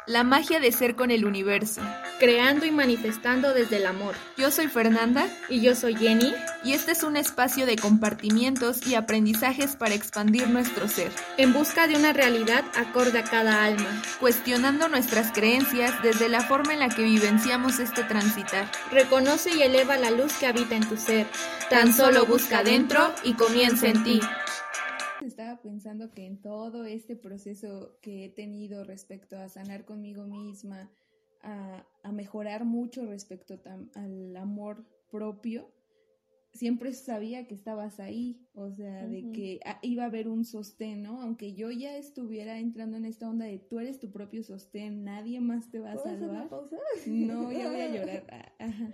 La magia de ser con el universo. Creando y manifestando desde el amor. Yo soy Fernanda. Y yo soy Jenny. Y este es un espacio de compartimientos y aprendizajes para expandir nuestro ser. En busca de una realidad acorde a cada alma. Cuestionando nuestras creencias desde la forma en la que vivenciamos este transitar. Reconoce y eleva la luz que habita en tu ser. Tan solo busca dentro y comienza en ti. Estaba pensando que en todo este proceso que he tenido respecto a sanar conmigo misma, a mejorar mucho respecto al amor propio, siempre sabía que estabas ahí, o sea, de que iba a haber un sostén, ¿no? Aunque yo ya estuviera entrando en esta onda de tú eres tu propio sostén, nadie más te va a salvar. ¿Puedo hacer una pausa? No, ya voy a llorar. Ajá.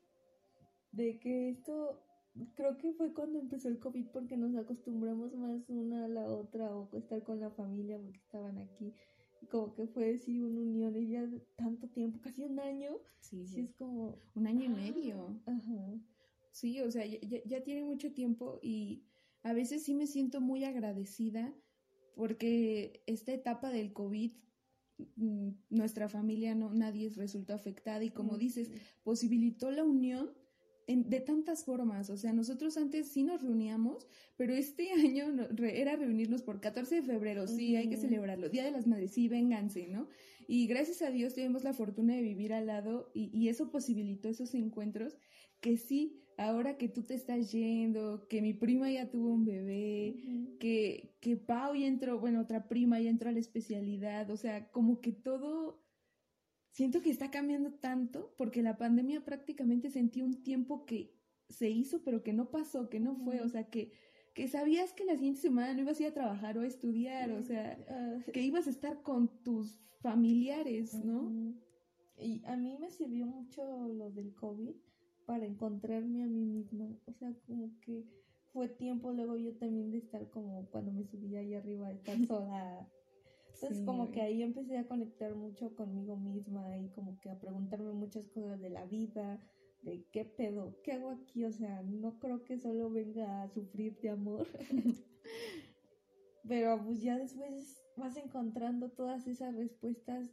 De que esto, creo que fue cuando empezó el COVID porque nos acostumbramos más una a la otra o estar con la familia porque estaban aquí. Como que fue sí una unión y ya tanto tiempo, casi un año. Sí, es como... un año y medio. Ajá. Sí, o sea, ya tiene mucho tiempo y a veces sí me siento muy agradecida porque esta etapa del COVID, nuestra familia nadie resultó afectada y como dices, posibilitó la unión de tantas formas. O sea, nosotros antes sí nos reuníamos, pero este año era reunirnos por 14 de febrero, sí, hay que celebrarlo, Día de las Madres, sí, vénganse, ¿no? Y gracias a Dios tuvimos la fortuna de vivir al lado y eso posibilitó esos encuentros que sí, ahora que tú te estás yendo, que mi prima ya tuvo un bebé, que Pau ya entró, bueno, otra prima ya entró a la especialidad, o sea, como que todo... Siento que está cambiando tanto porque la pandemia prácticamente sentí un tiempo que se hizo pero que no pasó, que no fue, o sea, que sabías que la siguiente semana no ibas a ir a trabajar o a estudiar, o sea, que ibas a estar con tus familiares, ¿no? Y a mí me sirvió mucho lo del COVID para encontrarme a mí misma, o sea, como que fue tiempo luego yo también de estar como cuando me subía ahí arriba, estar sola. Entonces como que ahí empecé a conectar mucho conmigo misma y como que a preguntarme muchas cosas de la vida, de qué pedo, qué hago aquí, o sea, no creo que solo venga a sufrir de amor. Pero pues ya después vas encontrando todas esas respuestas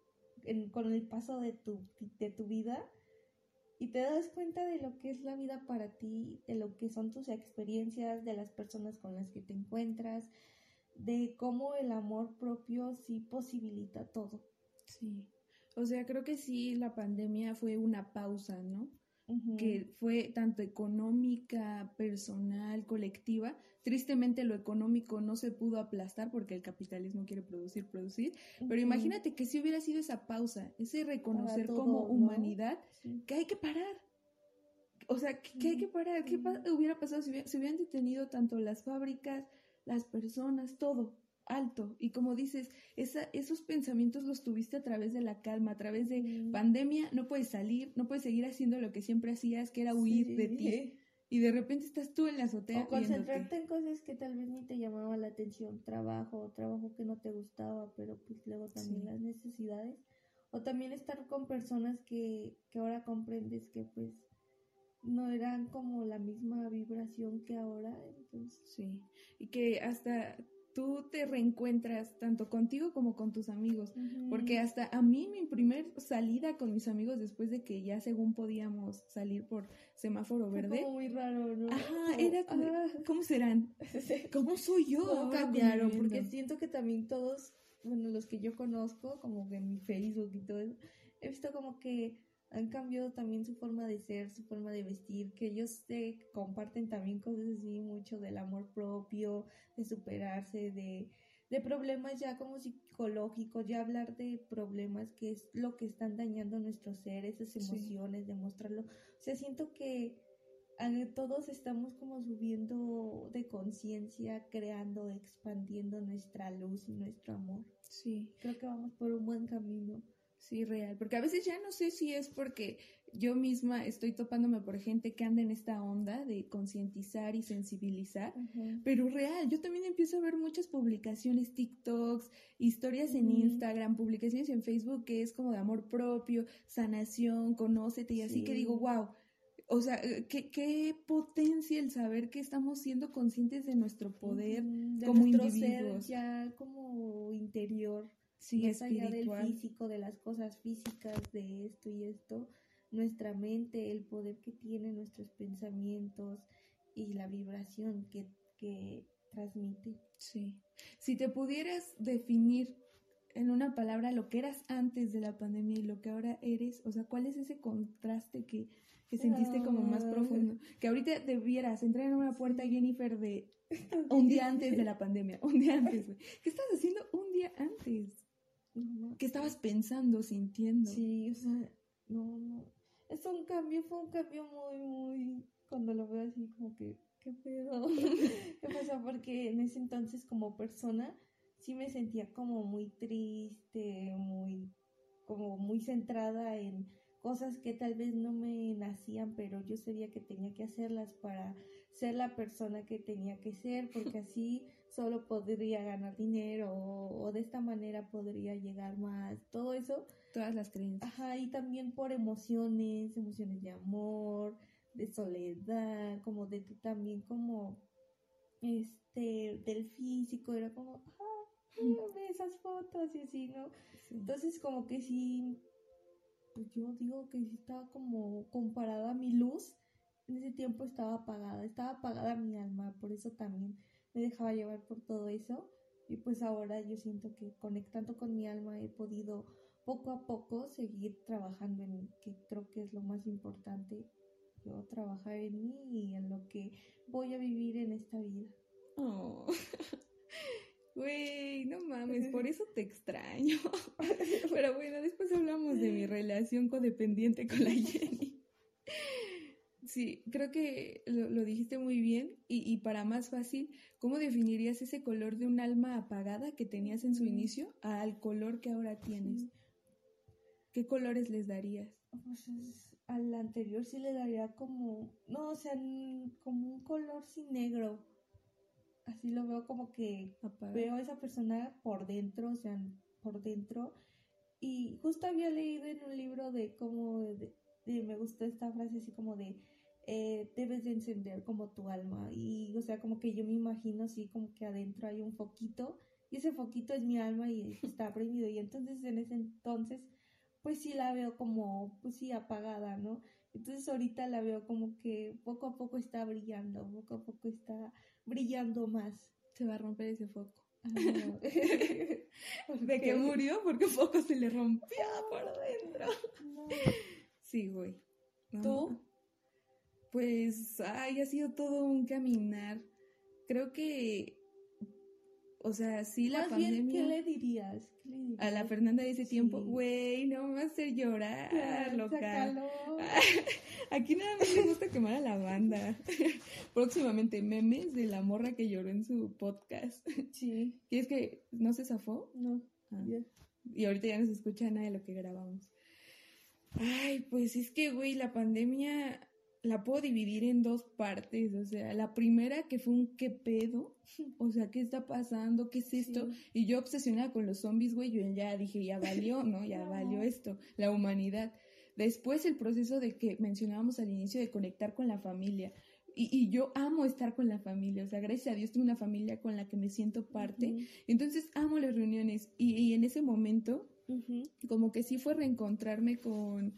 con el paso de tu vida y te das cuenta de lo que es la vida para ti, de lo que son tus experiencias, de las personas con las que te encuentras, de cómo el amor propio sí posibilita todo. Sí, o sea, creo que sí, la pandemia fue una pausa, ¿no? Que fue tanto económica, personal, colectiva. Tristemente lo económico no se pudo aplastar porque el capitalismo quiere producir, pero imagínate que si hubiera sido esa pausa, ese reconocer todo, como humanidad, ¿no? Que hay que parar. O sea, que hay que parar. ¿Qué hubiera pasado si hubieran detenido tanto las fábricas, las personas, todo alto? Y como dices, esos pensamientos los tuviste a través de la calma, a través de pandemia, no puedes salir, no puedes seguir haciendo lo que siempre hacías, que era huir de ti. Y de repente estás tú en la azotea. O concentrarte en cosas que tal vez ni te llamaban la atención, trabajo que no te gustaba, pero pues luego también las necesidades. O también estar con personas que ahora comprendes que pues no eran como la misma vibración que ahora, entonces... Sí, y que hasta tú te reencuentras tanto contigo como con tus amigos, porque hasta a mí mi primer salida con mis amigos después de que ya según podíamos salir por semáforo verde. Fue como muy raro, ¿no? Ajá, era como, ¿cómo serán? ¿Cómo soy yo? ¿Cómo cambiaron? Porque siento que también todos, bueno, los que yo conozco, como que en mi Facebook y todo eso, he visto como que han cambiado también su forma de ser, su forma de vestir, que ellos comparten también cosas así mucho del amor propio, de superarse, de problemas ya como psicológicos, ya hablar de problemas que es lo que están dañando nuestro ser, esas emociones, demostrarlo. O sea, siento que todos estamos como subiendo de conciencia, creando, expandiendo nuestra luz y nuestro amor. Sí. Creo que vamos por un buen camino. Sí, real, porque a veces ya no sé si es porque yo misma estoy topándome por gente que anda en esta onda de concientizar y sensibilizar, pero real, yo también empiezo a ver muchas publicaciones, TikToks, historias en Instagram, publicaciones en Facebook que es como de amor propio, sanación, conócete y así que digo, wow, o sea, qué potencia el saber que estamos siendo conscientes de nuestro poder de como nuestro individuos. Ser ya como interior. Sí, más allá del espiritual. físico, de las cosas físicas, de esto y esto, nuestra mente, el poder que tienen nuestros pensamientos y la vibración que transmite. Sí. Si te pudieras definir en una palabra lo que eras antes de la pandemia y lo que ahora eres, o sea, ¿cuál es ese contraste que sentiste como más profundo? Que ahorita debieras entrar en una puerta, Jennifer, de un día antes de la pandemia, un día antes, güey. ¿Qué estás haciendo un día antes? ¿Qué estabas pensando, sintiendo? Sí, o sea, no. Fue un cambio muy, cuando lo veo así como que, ¿qué pedo? ¿Qué pasó? Porque en ese entonces como persona sí me sentía como muy triste, como muy centrada en cosas que tal vez no me nacían, pero yo sabía que tenía que hacerlas para ser la persona que tenía que ser, porque así solo podría ganar dinero o de esta manera podría llegar más, todo eso. Todas las creencias. Ajá, y también por emociones de amor, de soledad, como de también como del físico, era como, ve esas fotos y así, ¿no? Sí. Entonces como que sí, pues yo digo que sí estaba como comparada a mi luz, en ese tiempo estaba apagada mi alma, por eso también me dejaba llevar por todo eso, y pues ahora yo siento que conectando con mi alma he podido poco a poco seguir trabajando en mí, que creo que es lo más importante, yo trabajar en mí y en lo que voy a vivir en esta vida. Oh. Güey, no mames, por eso te extraño. Pero bueno, después hablamos de mi relación codependiente con la Jenny. Sí, creo que lo dijiste muy bien y para más fácil, ¿cómo definirías ese color de un alma apagada que tenías en su inicio al color que ahora tienes? ¿Qué colores les darías? Pues al anterior sí le daría como, no, o sea, como un color sin negro. Así lo veo como que veo a esa persona por dentro, o sea, por dentro. Y justo había leído en un libro de cómo, me gustó esta frase así como de, debes de encender como tu alma. Y, o sea, como que yo me imagino así como que adentro hay un foquito, y ese foquito es mi alma y está prendido. Y entonces en ese entonces, pues sí la veo como, pues sí, apagada, ¿no? Entonces ahorita la veo como que poco a poco está brillando, poco a poco está brillando más. Se va a romper ese foco. No. ¿De qué murió? Porque poco se le rompió por dentro. No. Sí, güey. No. ¿Tú? Pues, ha sido todo un caminar. Creo que, o sea, sí, la pandemia... Bien, ¿qué le dirías? A la Fernanda de ese tiempo, güey, no me va a hacer llorar, loca. Aquí nada más me gusta quemar a la banda. Próximamente memes de la morra que lloró en su podcast. Sí. ¿Y es que no se zafó? No. Yeah. Y ahorita ya no se escucha nada de lo que grabamos. Ay, pues es que, güey, la pandemia la puedo dividir en dos partes. O sea, la primera que fue un qué pedo. O sea, ¿qué está pasando? ¿Qué es esto? Sí. Y yo obsesionada con los zombies, güey, yo ya dije, ya valió, ¿no? Ya valió esto, la humanidad. Después el proceso de que mencionábamos al inicio de conectar con la familia. Y yo amo estar con la familia, o sea, gracias a Dios tengo una familia con la que me siento parte. Entonces amo las reuniones y en ese momento como que sí fue reencontrarme con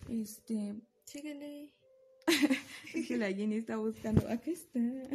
Síguele. Es que la Jenny está buscando, acá está.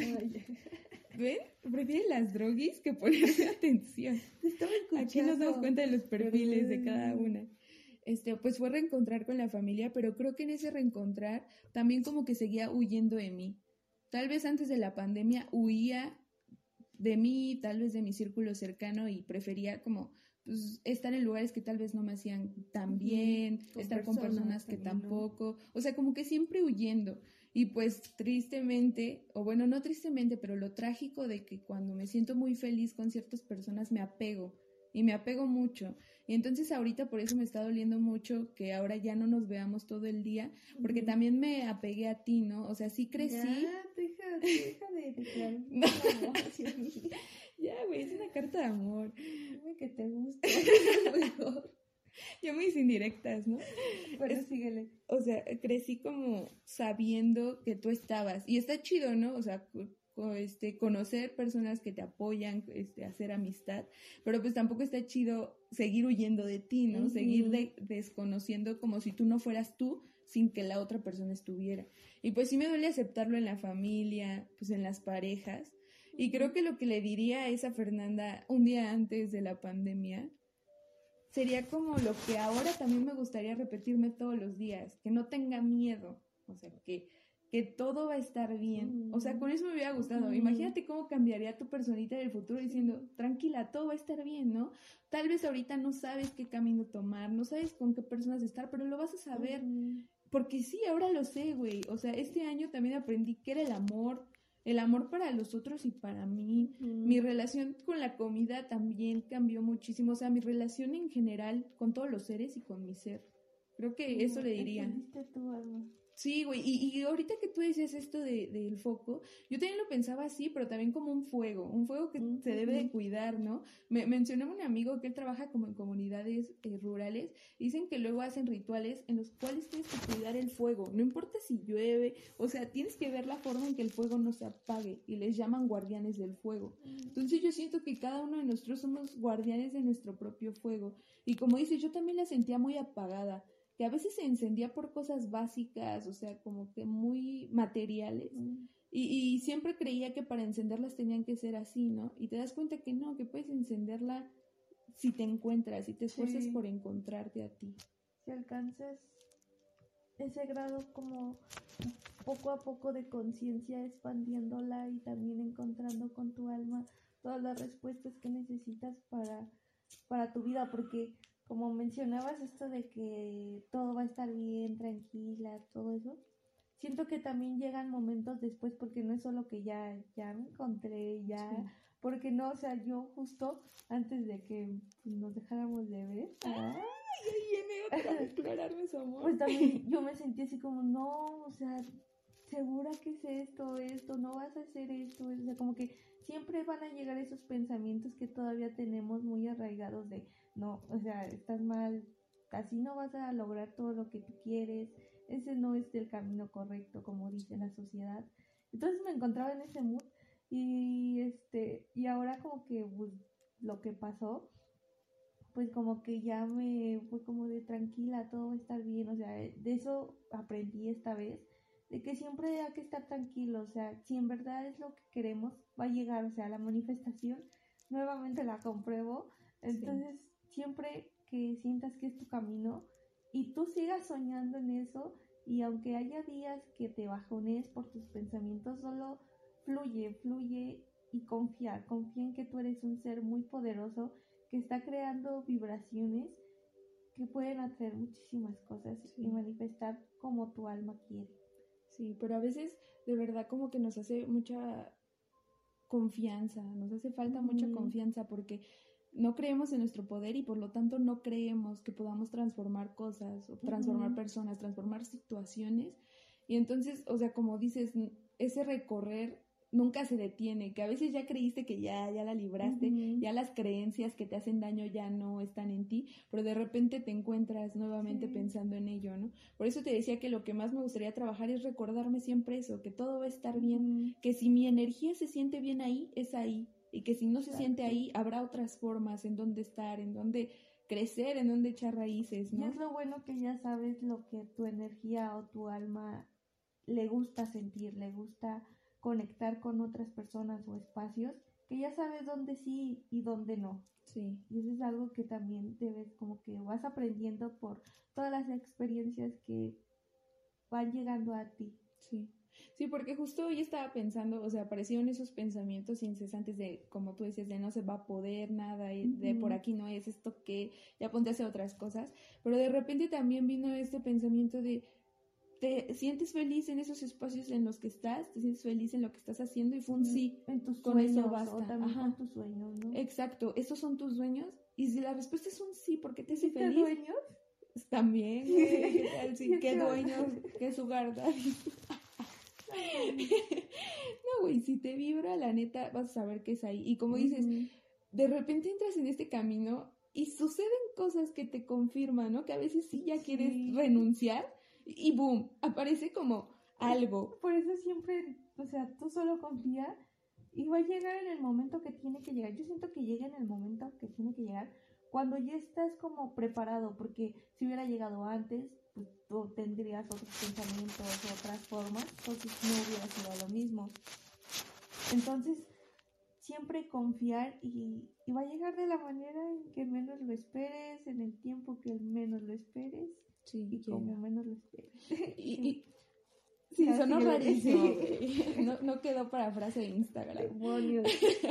¿Ven? Prefieren las droguis que ponerse atención. Aquí nos damos cuenta de los perfiles de cada una. Pues fue reencontrar con la familia, pero creo que en ese reencontrar también como que seguía huyendo de mí. Tal vez antes de la pandemia huía de mí, tal vez de mi círculo cercano y prefería como pues, estar en lugares que tal vez no me hacían tan bien, estar con personas que tampoco, ¿no? O sea, como que siempre huyendo. Y pues tristemente, o bueno, no tristemente, pero lo trágico de que cuando me siento muy feliz con ciertas personas me apego. Y me apego mucho. Y entonces ahorita por eso me está doliendo mucho que ahora ya no nos veamos todo el día, porque también me apegué a ti, ¿no? O sea, sí crecí. Ya, deja de declarar no. Ya, güey, es una carta de amor. Dime que te gusta. Ya muy indirectas, ¿no? Bueno, síguele. O sea, crecí como sabiendo que tú estabas. Y está chido, ¿no? O sea, conocer personas que te apoyan, hacer amistad, pero pues tampoco está chido seguir huyendo de ti, ¿no? Seguir desconociendo como si tú no fueras tú sin que la otra persona estuviera. Y pues sí me duele aceptarlo en la familia, pues en las parejas, y creo que lo que le diría a esa Fernanda un día antes de la pandemia sería como lo que ahora también me gustaría repetirme todos los días, que no tenga miedo, o sea, que todo va a estar bien. O sea, con eso me hubiera gustado. Imagínate cómo cambiaría tu personita del futuro diciendo, tranquila, todo va a estar bien, ¿no? Tal vez ahorita no sabes qué camino tomar, no sabes con qué personas estar, pero lo vas a saber. Porque sí, ahora lo sé, güey. O sea, este año también aprendí qué era el amor para los otros y para mí. Mi relación con la comida también cambió muchísimo. O sea, mi relación en general con todos los seres y con mi ser. Creo que eso le diría. Tu alma. Sí, güey, y ahorita que tú decías esto del foco, yo también lo pensaba así, pero también como un fuego que se debe de cuidar, ¿no? Mencionaba un amigo que él trabaja como en comunidades rurales, dicen que luego hacen rituales en los cuales tienes que cuidar el fuego, no importa si llueve, o sea, tienes que ver la forma en que el fuego no se apague, y les llaman guardianes del fuego. Entonces yo siento que cada uno de nosotros somos guardianes de nuestro propio fuego, y como dices, yo también la sentía muy apagada, que a veces se encendía por cosas básicas, o sea, como que muy materiales, y siempre creía que para encenderlas tenían que ser así, ¿no? Y te das cuenta que no, que puedes encenderla si te encuentras, si te esfuerzas por encontrarte a ti. Si alcanzas ese grado como poco a poco de conciencia, expandiéndola y también encontrando con tu alma todas las respuestas que necesitas para tu vida, porque como mencionabas esto de que todo va a estar bien, tranquila, todo eso, siento que también llegan momentos después, porque no es solo que ya me encontré, porque no, o sea, yo justo antes de que nos dejáramos de ver, viene otra vez a declararme su amor. Pues también yo me sentí así como, no, o sea, ¿segura que es esto? ¿No vas a hacer esto? O sea, como que siempre van a llegar esos pensamientos que todavía tenemos muy arraigados de, no, o sea, estás mal, así no vas a lograr todo lo que tú quieres, ese no es el camino correcto, como dice la sociedad. Entonces me encontraba en ese mood y ahora como que pues, lo que pasó, pues como que ya me fue como de tranquila, todo va a estar bien, o sea, de eso aprendí esta vez, de que siempre hay que estar tranquilo, o sea, si en verdad es lo que queremos, va a llegar, o sea, la manifestación, nuevamente la compruebo, entonces siempre que sientas que es tu camino y tú sigas soñando en eso, y aunque haya días que te bajones por tus pensamientos, solo fluye y confía en que tú eres un ser muy poderoso que está creando vibraciones que pueden atraer muchísimas cosas y manifestar como tu alma quiere. Sí, pero a veces de verdad como que nos hace mucha confianza, nos hace falta mucha confianza porque no creemos en nuestro poder y por lo tanto no creemos que podamos transformar cosas o transformar personas, transformar situaciones. Y entonces, o sea, como dices, ese recorrer nunca se detiene, que a veces ya creíste que ya la libraste, ya las creencias que te hacen daño ya no están en ti, pero de repente te encuentras nuevamente pensando en ello, ¿no? Por eso te decía que lo que más me gustaría trabajar es recordarme siempre eso, que todo va a estar bien, que si mi energía se siente bien ahí, es ahí, y que si no se siente ahí, habrá otras formas en donde estar, en donde crecer, en donde echar raíces, ¿no? Y es lo bueno que ya sabes lo que tu energía o tu alma le gusta sentir, le gusta conectar con otras personas o espacios, que ya sabes dónde sí y dónde no. Sí. Y eso es algo que también debes, como que vas aprendiendo por todas las experiencias que van llegando a ti. Sí. Sí, porque justo hoy estaba pensando, o sea, aparecieron esos pensamientos incesantes de, como tú decías, de no se va a poder nada, y de por aquí no es esto que, ya ponte a hacer otras cosas, pero de repente también vino este pensamiento de, ¿te sientes feliz en esos espacios en los que estás? ¿Te sientes feliz en lo que estás haciendo? Y fue un sí, en tus con sueños, eso basta. O también con tus sueños, ¿no? Exacto, ¿esos son tus sueños? Y si la respuesta es un sí, ¿por qué te hace feliz? ¿Qué sueños? También, sí, qué dueños, qué sugar daddy. No, güey, si te vibra, la neta, vas a saber que es ahí. Y como dices, de repente entras en este camino y suceden cosas que te confirman, ¿no? Que a veces sí ya quieres renunciar y boom, aparece como algo. Por eso siempre, o sea, tú solo confía y va a llegar en el momento que tiene que llegar. Yo siento que llega en el momento que tiene que llegar, cuando ya estás como preparado, porque si hubiera llegado antes, pues tú tendrías otros pensamientos, otras formas, entonces no hubiera sido lo mismo. Entonces, siempre confiar y va a llegar de la manera en que menos lo esperes, en el tiempo que menos lo esperes, sí, y como menos lo esperes. Sí, sonó rarísimo. No quedó para frase de Instagram. Demonios.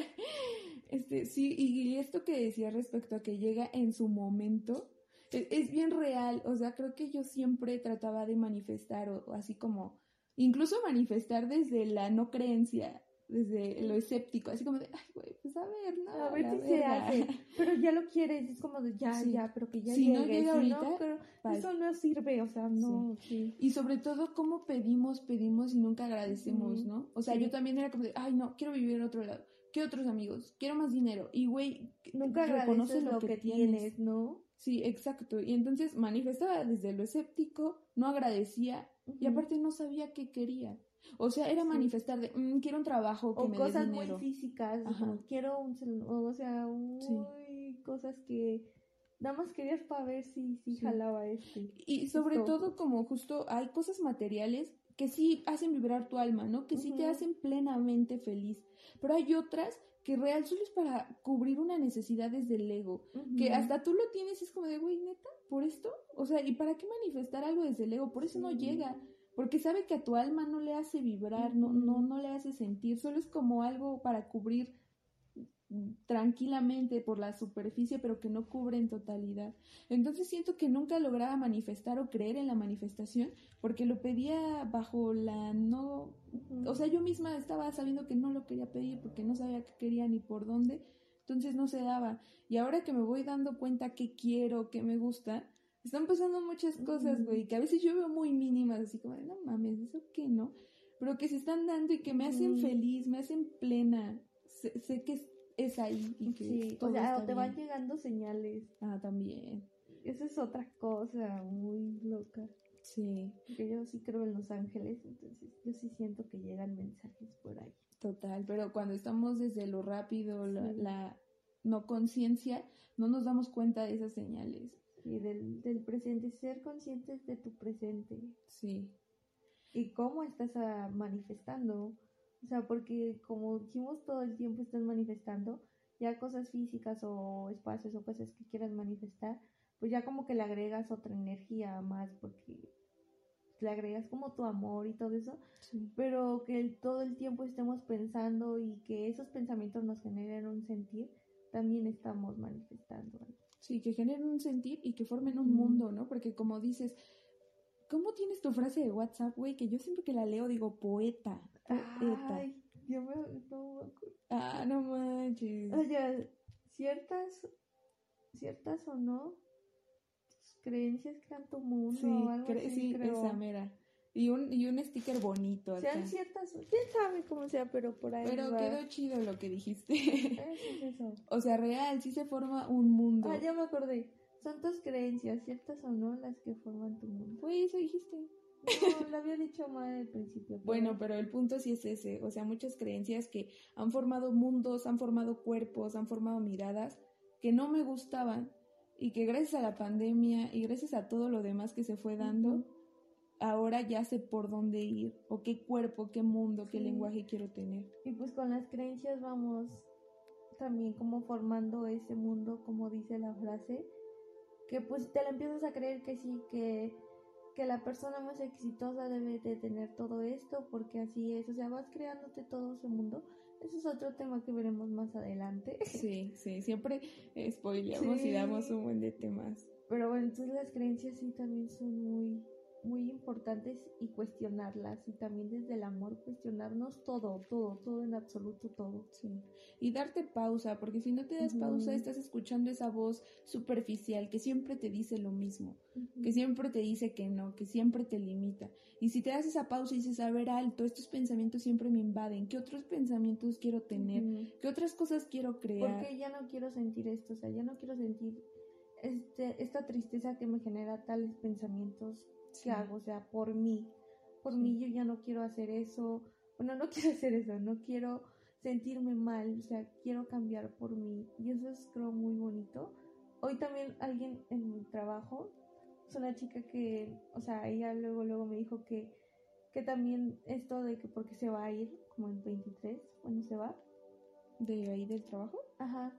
Sí, y esto que decía respecto a que llega en su momento, es bien real. O sea, creo que yo siempre trataba de manifestar, o así como, incluso manifestar desde la no creencia, desde lo escéptico, así como de, ay, güey, pues a ver, no, a ver si se hace, pero ya lo quieres, es como de ya, pero que ya si llegue. No llega si ahorita, no, pero eso no sirve, o sea, no. Sí. Y sobre todo, cómo pedimos y nunca agradecemos, ¿no? O sea, yo también era como de, ay, no, quiero vivir en otro lado, quiero otros amigos, quiero más dinero, y güey, nunca reconoces lo que tienes, ¿no? Sí, exacto, y entonces manifestaba desde lo escéptico, no agradecía, y aparte no sabía qué quería. O sea, era manifestar de, quiero un trabajo que me dé dinero. O cosas muy físicas, como, quiero o sea, cosas que nada más querías para ver si jalaba Y sobre todo, como justo hay cosas materiales que sí hacen vibrar tu alma, ¿no? Que sí te hacen plenamente feliz. Pero hay otras que real solo es para cubrir una necesidad desde el ego. Que hasta tú lo tienes y es como de, güey, ¿neta? ¿Por esto? O sea, ¿y para qué manifestar algo desde el ego? Por eso no llega. Porque sabe que a tu alma no le hace vibrar, no le hace sentir, solo es como algo para cubrir tranquilamente por la superficie, pero que no cubre en totalidad. Entonces siento que nunca lograba manifestar o creer en la manifestación, porque lo pedía bajo la no... O sea, yo misma estaba sabiendo que no lo quería pedir, porque no sabía qué quería ni por dónde, entonces no se daba. Y ahora que me voy dando cuenta qué quiero, qué me gusta, están pasando muchas cosas, güey, que a veces yo veo muy mínimas, así como de, no mames, ¿eso qué, no? Pero que se están dando y que me hacen feliz, me hacen plena. Sé que es ahí y que todo está te van llegando señales. También. Esa es otra cosa muy loca. Sí. Porque yo sí creo en los ángeles, entonces yo sí siento que llegan mensajes por ahí. Total, pero cuando estamos desde lo rápido, la no conciencia, no nos damos cuenta de esas señales. Y del presente, ser conscientes de tu presente. Sí. Y cómo estás manifestando. O sea, porque como dijimos, todo el tiempo estás manifestando, ya cosas físicas o espacios o cosas que quieras manifestar, pues ya como que le agregas otra energía más, porque le agregas como tu amor y todo eso, pero que todo el tiempo estemos pensando y que esos pensamientos nos generen un sentir, también estamos manifestando. Sí, que generen un sentir y que formen un mundo, ¿no? Porque como dices, ¿cómo tienes tu frase de WhatsApp, güey? Que yo siempre que la leo digo poeta. Ay, yo no no manches. Oye, ciertas o no, tus creencias crean tu mundo o algo así, sí, creo. Esa mera. Y un sticker bonito. Sean acá. ciertas, quién sabe cómo sea, pero por ahí Pero va. quedó chido lo que dijiste. Eso. O sea, real, sí se forma un mundo. Ya me acordé. Son tus creencias, ciertas o no, las que forman tu mundo. Pues eso dijiste. No, lo había dicho mal al principio. Bueno, pero el punto sí es ese. O sea, muchas creencias que han formado mundos, han formado cuerpos, han formado miradas que no me gustaban y que gracias a la pandemia y gracias a todo lo demás que se fue dando, ahora ya sé por dónde ir o qué cuerpo, qué mundo, qué lenguaje quiero tener. Y pues con las creencias vamos también como formando ese mundo, como dice la frase, que pues te la empiezas a creer que sí, que la persona más exitosa debe de tener todo esto, porque así es, o sea, vas creándote todo ese mundo. Ese es otro tema que veremos más adelante. Sí, siempre spoileamos y damos un buen de temas. Pero bueno, entonces las creencias sí también son muy, muy importantes y cuestionarlas, y también desde el amor cuestionarnos todo en absoluto todo. Sí. Y darte pausa, porque si no te das pausa estás escuchando esa voz superficial que siempre te dice lo mismo, que siempre te dice que no, que siempre te limita. Y si te das esa pausa y dices, a ver, alto, estos pensamientos siempre me invaden, ¿qué otros pensamientos quiero tener? ¿Qué otras cosas quiero crear? Porque ya no quiero sentir esto, o sea, ya no quiero sentir esta tristeza que me genera tales pensamientos. ¿Qué hago? O sea, por mí yo ya no quiero hacer eso. Bueno, no quiero hacer eso, no quiero sentirme mal, o sea, quiero cambiar por mí, y eso es, creo, muy bonito. Hoy también alguien en mi trabajo, es una chica que, o sea, ella luego me dijo que también esto de que porque se va a ir, como en 23, cuando se va. ¿De ahí del trabajo? Ajá.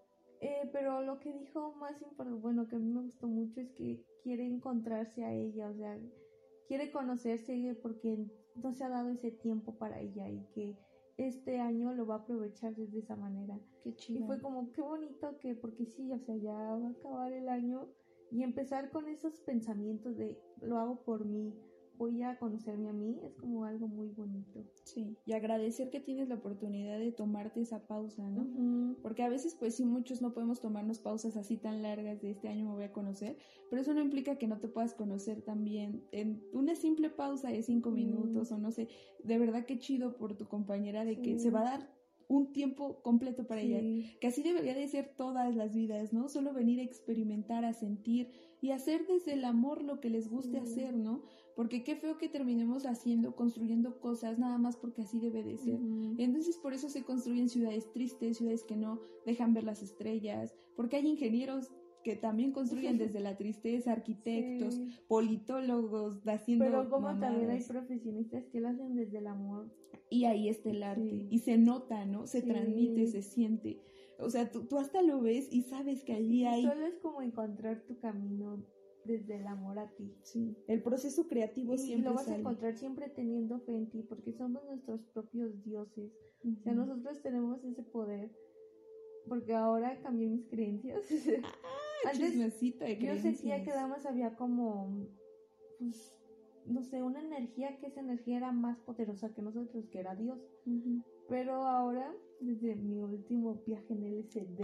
Pero lo que dijo más importante, bueno, que a mí me gustó mucho, es que quiere encontrarse a ella, o sea, quiere conocerse porque no se ha dado ese tiempo para ella y que este año lo va a aprovechar de esa manera. Qué chido. Y fue como, qué bonito que, porque sí, o sea, ya va a acabar el año y empezar con esos pensamientos de lo hago por mí, voy a conocerme a mí, es como algo muy bonito. Sí, y agradecer que tienes la oportunidad de tomarte esa pausa, ¿no? Uh-huh. Porque a veces, pues sí, muchos no podemos tomarnos pausas así tan largas de este año me voy a conocer, pero eso no implica que no te puedas conocer también en una simple pausa de 5 minutos o no sé. De verdad que chido por tu compañera de que se va a dar un tiempo completo para ella, que así debería de ser todas las vidas, ¿no? Solo venir a experimentar, a sentir y hacer desde el amor lo que les guste hacer, ¿no? Porque qué feo que terminemos construyendo cosas nada más porque así debe de ser. Entonces por eso se construyen ciudades tristes, ciudades que no dejan ver las estrellas, porque hay ingenieros que también construyen desde la tristeza, arquitectos, politólogos, haciendo pero como mamadas. También hay profesionistas que lo hacen desde el amor. Y ahí está el arte, y se nota, ¿no? Se transmite, se siente. O sea, tú hasta lo ves y sabes que allí hay... Solo es como encontrar tu camino desde el amor a ti. Sí, el proceso creativo siempre lo vas sale. a encontrar siempre teniendo fe en ti, porque somos nuestros propios dioses. O sea, nosotros tenemos ese poder, porque ahora cambié mis creencias. Antes yo sentía que nada más había como, pues, no sé, una energía, que esa energía era más poderosa que nosotros, que era Dios. Pero ahora, desde mi último viaje en LSD,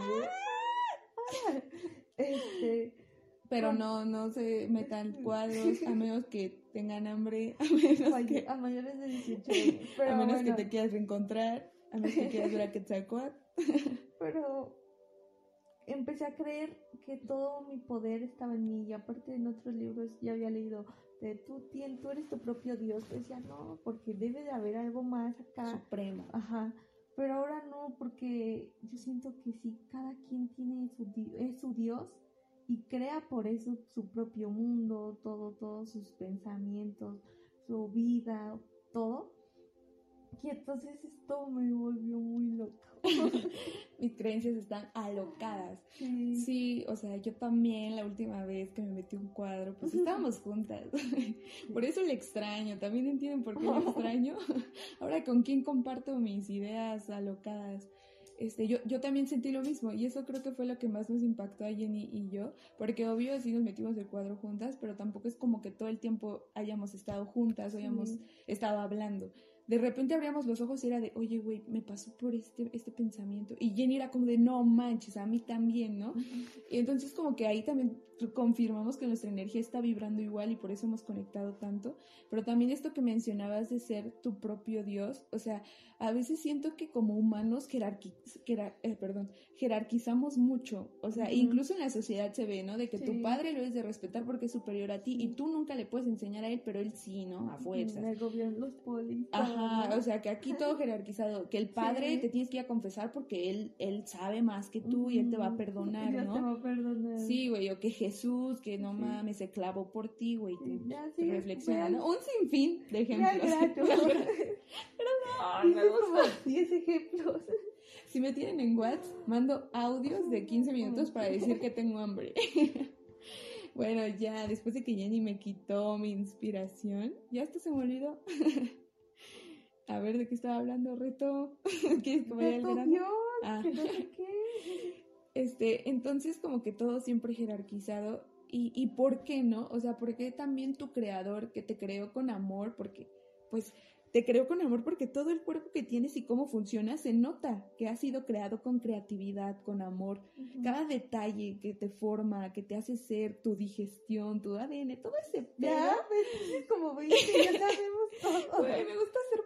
pero no se metan cuadros a menos que tengan hambre, a mayores de 18 años. Pero a menos que te quieras reencontrar, a menos que quieras ver a Quetzalcóatl. Pero empecé a creer que todo mi poder estaba en mí, y aparte en otros libros ya había leído de tú eres tu propio Dios. Yo decía, no, porque debe de haber algo más acá. Supremo. Ajá. Pero ahora no, porque yo siento que sí, cada quien tiene es su Dios y crea por eso su propio mundo, todos sus pensamientos, su vida, todo. Y entonces esto me volvió muy loca. Mis creencias están alocadas. Sí, o sea, yo también la última vez que me metí un cuadro, pues estábamos juntas. Por eso le extraño. ¿También entienden por qué lo extraño? Ahora, ¿con quién comparto mis ideas alocadas? Yo también sentí lo mismo, y eso creo que fue lo que más nos impactó a Jenny y yo, porque obvio sí nos metimos el cuadro juntas, pero tampoco es como que todo el tiempo hayamos estado juntas o hayamos estado hablando. De repente abríamos los ojos y era de, oye, güey, me pasó por este pensamiento. Y Jenny era como de, no manches, a mí también, ¿no? Y entonces como que ahí también confirmamos que nuestra energía está vibrando igual y por eso hemos conectado tanto. Pero también esto que mencionabas de ser tu propio Dios, o sea, a veces siento que como humanos jerarquizamos mucho. O sea, incluso en la sociedad se ve, ¿no? De que tu padre lo es de respetar porque es superior a ti y tú nunca le puedes enseñar a él, pero él sí, ¿no? A fuerzas. El gobierno, los polis. Ajá, o sea, que aquí todo jerarquizado, que el padre te tienes que ir a confesar porque él sabe más que tú y él te va a perdonar, ¿no? Te va a perdonar. Sí, güey, o que Jesús, que no mames, se clavó por ti, güey, te reflexiona, ¿no? Un sinfín de ejemplos. Pero no, me gusta. 10 ejemplos. Si me tienen en WhatsApp, mando audios de 15 minutos para decir que tengo hambre. Bueno, ya, después de que Jenny me quitó mi inspiración, ya hasta se me olvidó. A ver, ¿de qué estaba hablando, Reto? ¿Quieres que vaya al verano? Dios, que no sé qué. Entonces como que todo siempre jerarquizado. ¿Y por qué no? O sea, ¿por qué también tu creador que te creó con amor? Porque, pues, te creó con amor porque todo el cuerpo que tienes y cómo funciona se nota que ha sido creado con creatividad, con amor. Cada detalle que te forma, que te hace ser, tu digestión, tu ADN, todo ese pedo. Ya, pues, como 20, ya sabemos todo. Güey, me gusta ser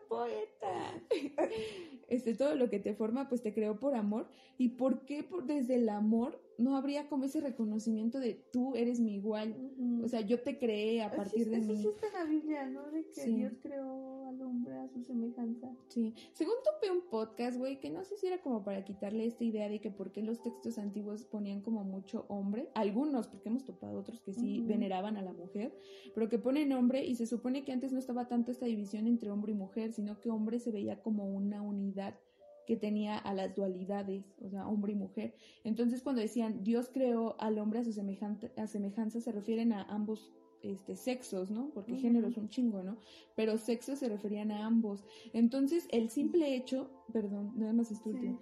poeta. Todo lo que te forma, pues te creó por amor. ¿Y por qué desde el amor no habría como ese reconocimiento de tú eres mi igual. O sea, yo te creé a partir de mí. Eso sí está en la Biblia, ¿no? De que Dios creó al hombre a su semejanza. Sí. Según topé un podcast, güey, que no sé si era como para quitarle esta idea de que por qué los textos antiguos ponían como mucho hombre. Algunos, porque hemos topado otros que sí veneraban a la mujer, pero que ponen hombre, y se supone que antes no estaba tanto esta división entre hombre y mujer, sino que hombre se veía como una unidad que tenía a las dualidades, o sea, hombre y mujer. Entonces, cuando decían Dios creó al hombre a su semejanza, se refieren a ambos sexos, ¿no? Porque género es un chingo, ¿no? Pero sexos se referían a ambos. Entonces, el simple hecho, perdón, nada más esto último,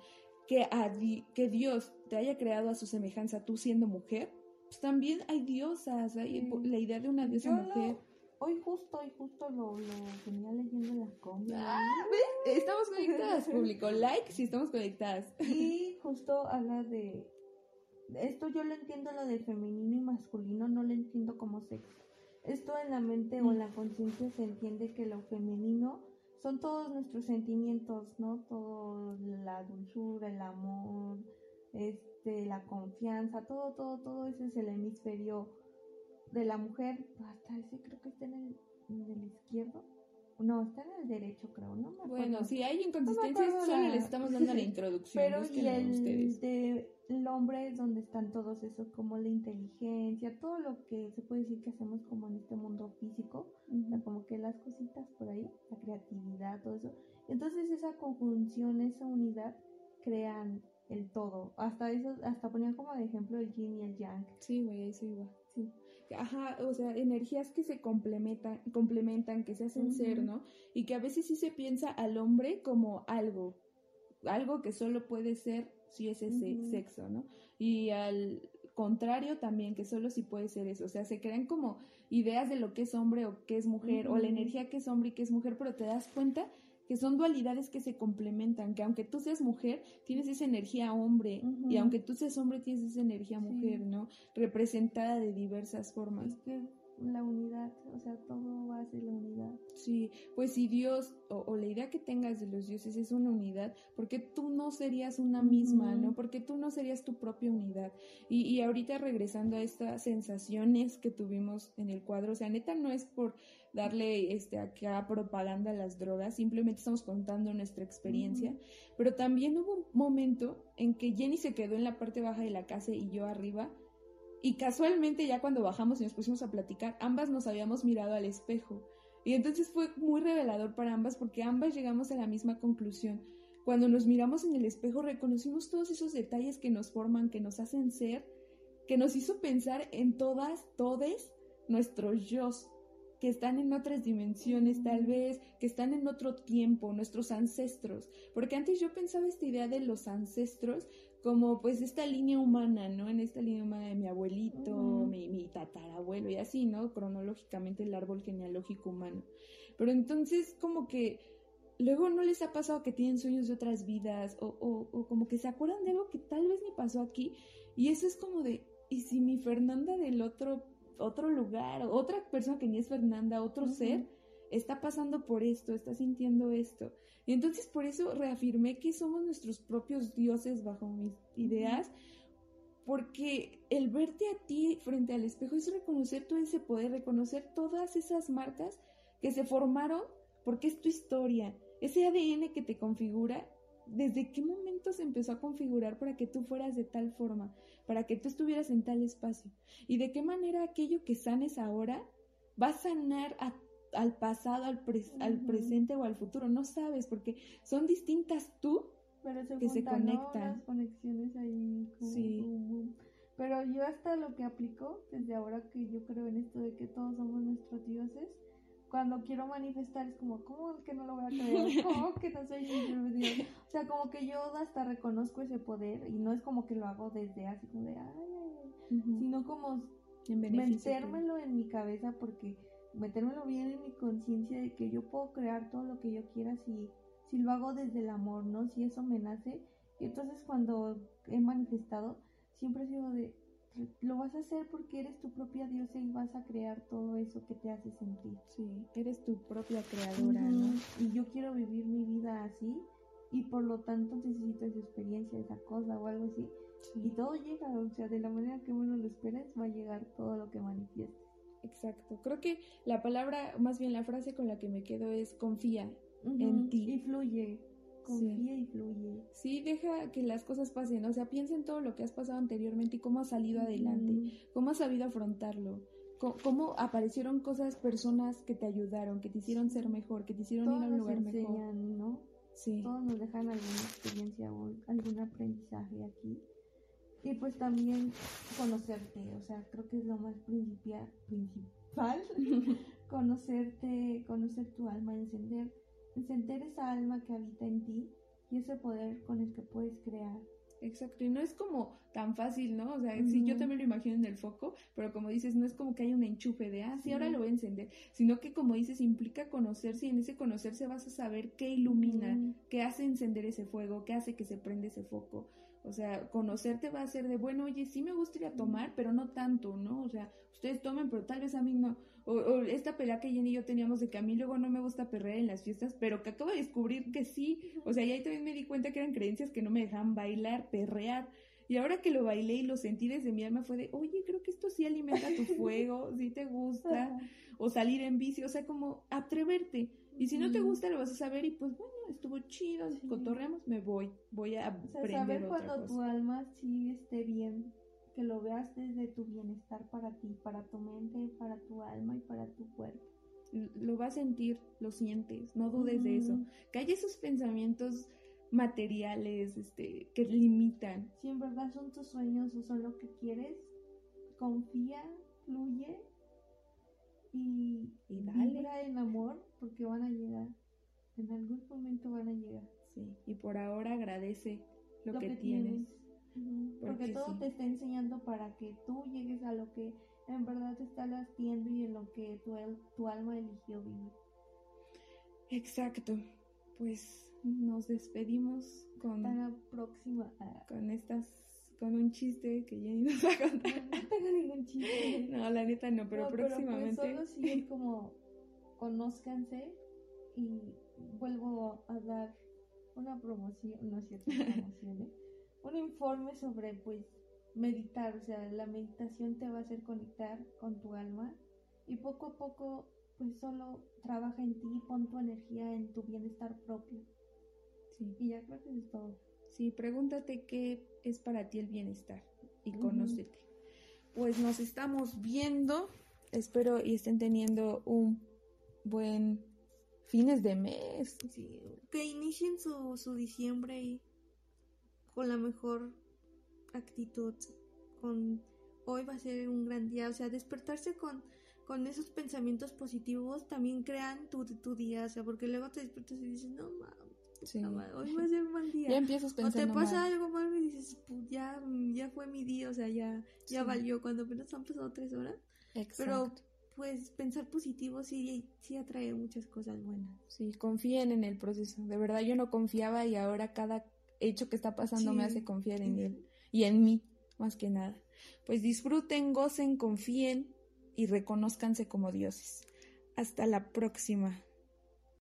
que Dios te haya creado a su semejanza, tú siendo mujer, pues también hay diosas, hay la idea de una diosa mujer. Hoy justo lo venía leyendo en la combi. ¿Ves? Estamos conectadas, público. Like si estamos conectadas. Y justo habla de esto, yo lo entiendo, lo de femenino y masculino, no lo entiendo como sexo. Esto en la mente o en la conciencia se entiende que lo femenino son todos nuestros sentimientos, ¿no? Todo la dulzura, el amor, la confianza, todo ese es el hemisferio de la mujer. Hasta ese creo que está en el izquierdo. No, está en el derecho, creo, ¿no? Bueno, si hay inconsistencias, solo les estamos dando la introducción. Pero y el hombre es donde están todos esos, como la inteligencia, todo lo que se puede decir que hacemos como en este mundo físico, o sea, como que las cositas por ahí, la creatividad, todo eso. Entonces esa conjunción, esa unidad, crean el todo. Hasta ponían como de ejemplo el yin y el yang. Sí, güey, eso iba, sí. Ajá, o sea, energías que se complementan, que se hacen ser, ¿no? Y que a veces sí se piensa al hombre como algo que solo puede ser si es ese sexo, ¿no? Y al contrario también, que solo sí puede ser eso. O sea, se crean como ideas de lo que es hombre o qué es mujer, o la energía que es hombre y que es mujer, pero te das cuenta que son dualidades que se complementan, que aunque tú seas mujer, tienes esa energía hombre, y aunque tú seas hombre, tienes esa energía mujer, ¿no? Representada de diversas formas. Es que la unidad, o sea, todo va a ser la unidad. Sí, pues si Dios, o la idea que tengas de los dioses es una unidad, porque tú no serías una misma, ¿no? Porque tú no serías tu propia unidad. Y ahorita regresando a estas sensaciones que tuvimos en el cuadro, o sea, neta no es por darle acá propaganda a las drogas, simplemente estamos contando nuestra experiencia, pero también hubo un momento en que Jenny se quedó en la parte baja de la casa y yo arriba, y casualmente ya cuando bajamos y nos pusimos a platicar, ambas nos habíamos mirado al espejo, y entonces fue muy revelador para ambas porque ambas llegamos a la misma conclusión. Cuando nos miramos en el espejo reconocimos todos esos detalles que nos forman, que nos hacen ser, que nos hizo pensar en todes nuestros yos, que están en otras dimensiones tal vez, que están en otro tiempo, nuestros ancestros, porque antes yo pensaba esta idea de los ancestros como pues esta línea humana, ¿no? En esta línea humana de mi abuelito, mi tatarabuelo y así, ¿no? Cronológicamente el árbol genealógico humano. Pero entonces como que luego no les ha pasado que tienen sueños de otras vidas o como que se acuerdan de algo que tal vez ni pasó aquí, y eso es como de, ¿y si mi Fernanda del otro lugar, otra persona que ni es Fernanda, otro ser, está pasando por esto, está sintiendo esto? Y entonces por eso reafirmé que somos nuestros propios dioses bajo mis ideas, porque el verte a ti frente al espejo es reconocer todo ese poder, reconocer todas esas marcas que se formaron porque es tu historia, ese ADN que te configura. ¿Desde qué momento se empezó a configurar para que tú fueras de tal forma, para que tú estuvieras en tal espacio? ¿Y de qué manera aquello que sanes ahora va a sanar al pasado, al presente o al futuro? No sabes, porque son distintas tú, pero que se conectan. Las conexiones ahí. Sí. Pero yo hasta lo que aplico, desde ahora que yo creo en esto de que todos somos nuestros dioses, cuando quiero manifestar es como, ¿cómo que no lo voy a creer? ¿Cómo que no soy mi Dios? O sea, como que yo hasta reconozco ese poder, y no es como que lo hago desde así como de sino como metérmelo en mi cabeza, porque metérmelo bien en mi conciencia de que yo puedo crear todo lo que yo quiera si lo hago desde el amor, ¿no? Si eso me nace. Y entonces cuando he manifestado, siempre sigo de, lo vas a hacer porque eres tu propia diosa y vas a crear todo eso que te hace sentir. Sí, eres tu propia creadora, ¿no? Y yo quiero vivir mi vida así, y por lo tanto necesito esa experiencia, esa cosa o algo así. Sí. Y todo llega, o sea, de la manera que uno lo espera, va a llegar todo lo que manifiestes. Exacto. Creo que la palabra, más bien la frase con la que me quedo es confía en ti. Y fluye. Confía y fluye. Sí, deja que las cosas pasen. O sea, piensa en todo lo que has pasado anteriormente y cómo has salido adelante, cómo has sabido afrontarlo, cómo aparecieron cosas, personas que te ayudaron, que te hicieron ser mejor, que te hicieron ir a un lugar mejor. Todos nos enseñan, ¿no? Sí. Todos nos dejan alguna experiencia o algún aprendizaje aquí. Y pues también conocerte, o sea, creo que es lo más principal, conocer tu alma, encender esa alma que habita en ti y ese poder con el que puedes crear. Exacto, y no es como tan fácil, ¿no? O sea, sí, yo también lo imagino en el foco, pero como dices, no es como que haya un enchufe de, sí, ahora lo voy a encender, sino que como dices, implica conocerse, y en ese conocerse vas a saber qué ilumina, qué hace encender ese fuego, qué hace que se prenda ese foco. O sea, conocerte va a ser de, bueno, oye, sí me gustaría tomar, pero no tanto, ¿no? O sea, ustedes tomen, pero tal vez a mí no. O esta pelea que Jenny y yo teníamos de que a mí luego no me gusta perrear en las fiestas, pero que acabo de descubrir que sí. O sea, y ahí también me di cuenta que eran creencias que no me dejaban bailar, perrear. Y ahora que lo bailé y lo sentí desde mi alma fue de, oye, creo que esto sí alimenta tu fuego, sí te gusta. O salir en bici, o sea, como atreverte. Y si no te gusta, lo vas a saber y pues bueno, estuvo chido, cotorreamos, voy a aprender saber otra cuando cosa. Tu alma sí esté bien, que lo veas desde tu bienestar para ti, para tu mente, para tu alma y para tu cuerpo. Lo vas a sentir, lo sientes, no dudes de eso. Que hay esos pensamientos materiales, que limitan. Si en verdad son tus sueños o son lo que quieres, confía, fluye y dale. Vibra en amor, porque van a llegar. En algún momento van a llegar. Sí, y por ahora agradece lo que tienes. Porque todo te está enseñando para que tú llegues a lo que en verdad te está latiendo y en lo que tu alma eligió vivir. Exacto. Pues nos despedimos con hasta la próxima. Con un chiste que Jenny nos va a contar. No tengo ningún chiste. No, la neta no, pero próximamente. Pero pues solo sí es como conózcanse y vuelvo a dar una promoción, no es cierto, promociones, un informe sobre pues meditar, o sea, la meditación te va a hacer conectar con tu alma y poco a poco pues solo trabaja en ti, pon tu energía en tu bienestar propio. Sí. Y ya creo que eso es todo. Sí, pregúntate qué es para ti el bienestar y conócete. Pues nos estamos viendo, espero y estén teniendo un buen fines de mes. Sí, que inicien su diciembre y con la mejor actitud, hoy va a ser un gran día, o sea, despertarse con esos pensamientos positivos también crean tu día, o sea, porque luego te despiertas y dices, no mames, sí. Hoy va a ser un mal día. Ya empiezas pensando o te pasa algo malo y dices, pues ya fue mi día, o sea, ya valió, cuando apenas han pasado 3 horas. Exacto. Pero pues pensar positivo sí atrae muchas cosas buenas. Sí, confíen en el proceso. De verdad yo no confiaba y ahora cada hecho que está pasando me hace confiar en él y en mí, más que nada. Pues disfruten, gocen, confíen y reconózcanse como dioses. Hasta la próxima.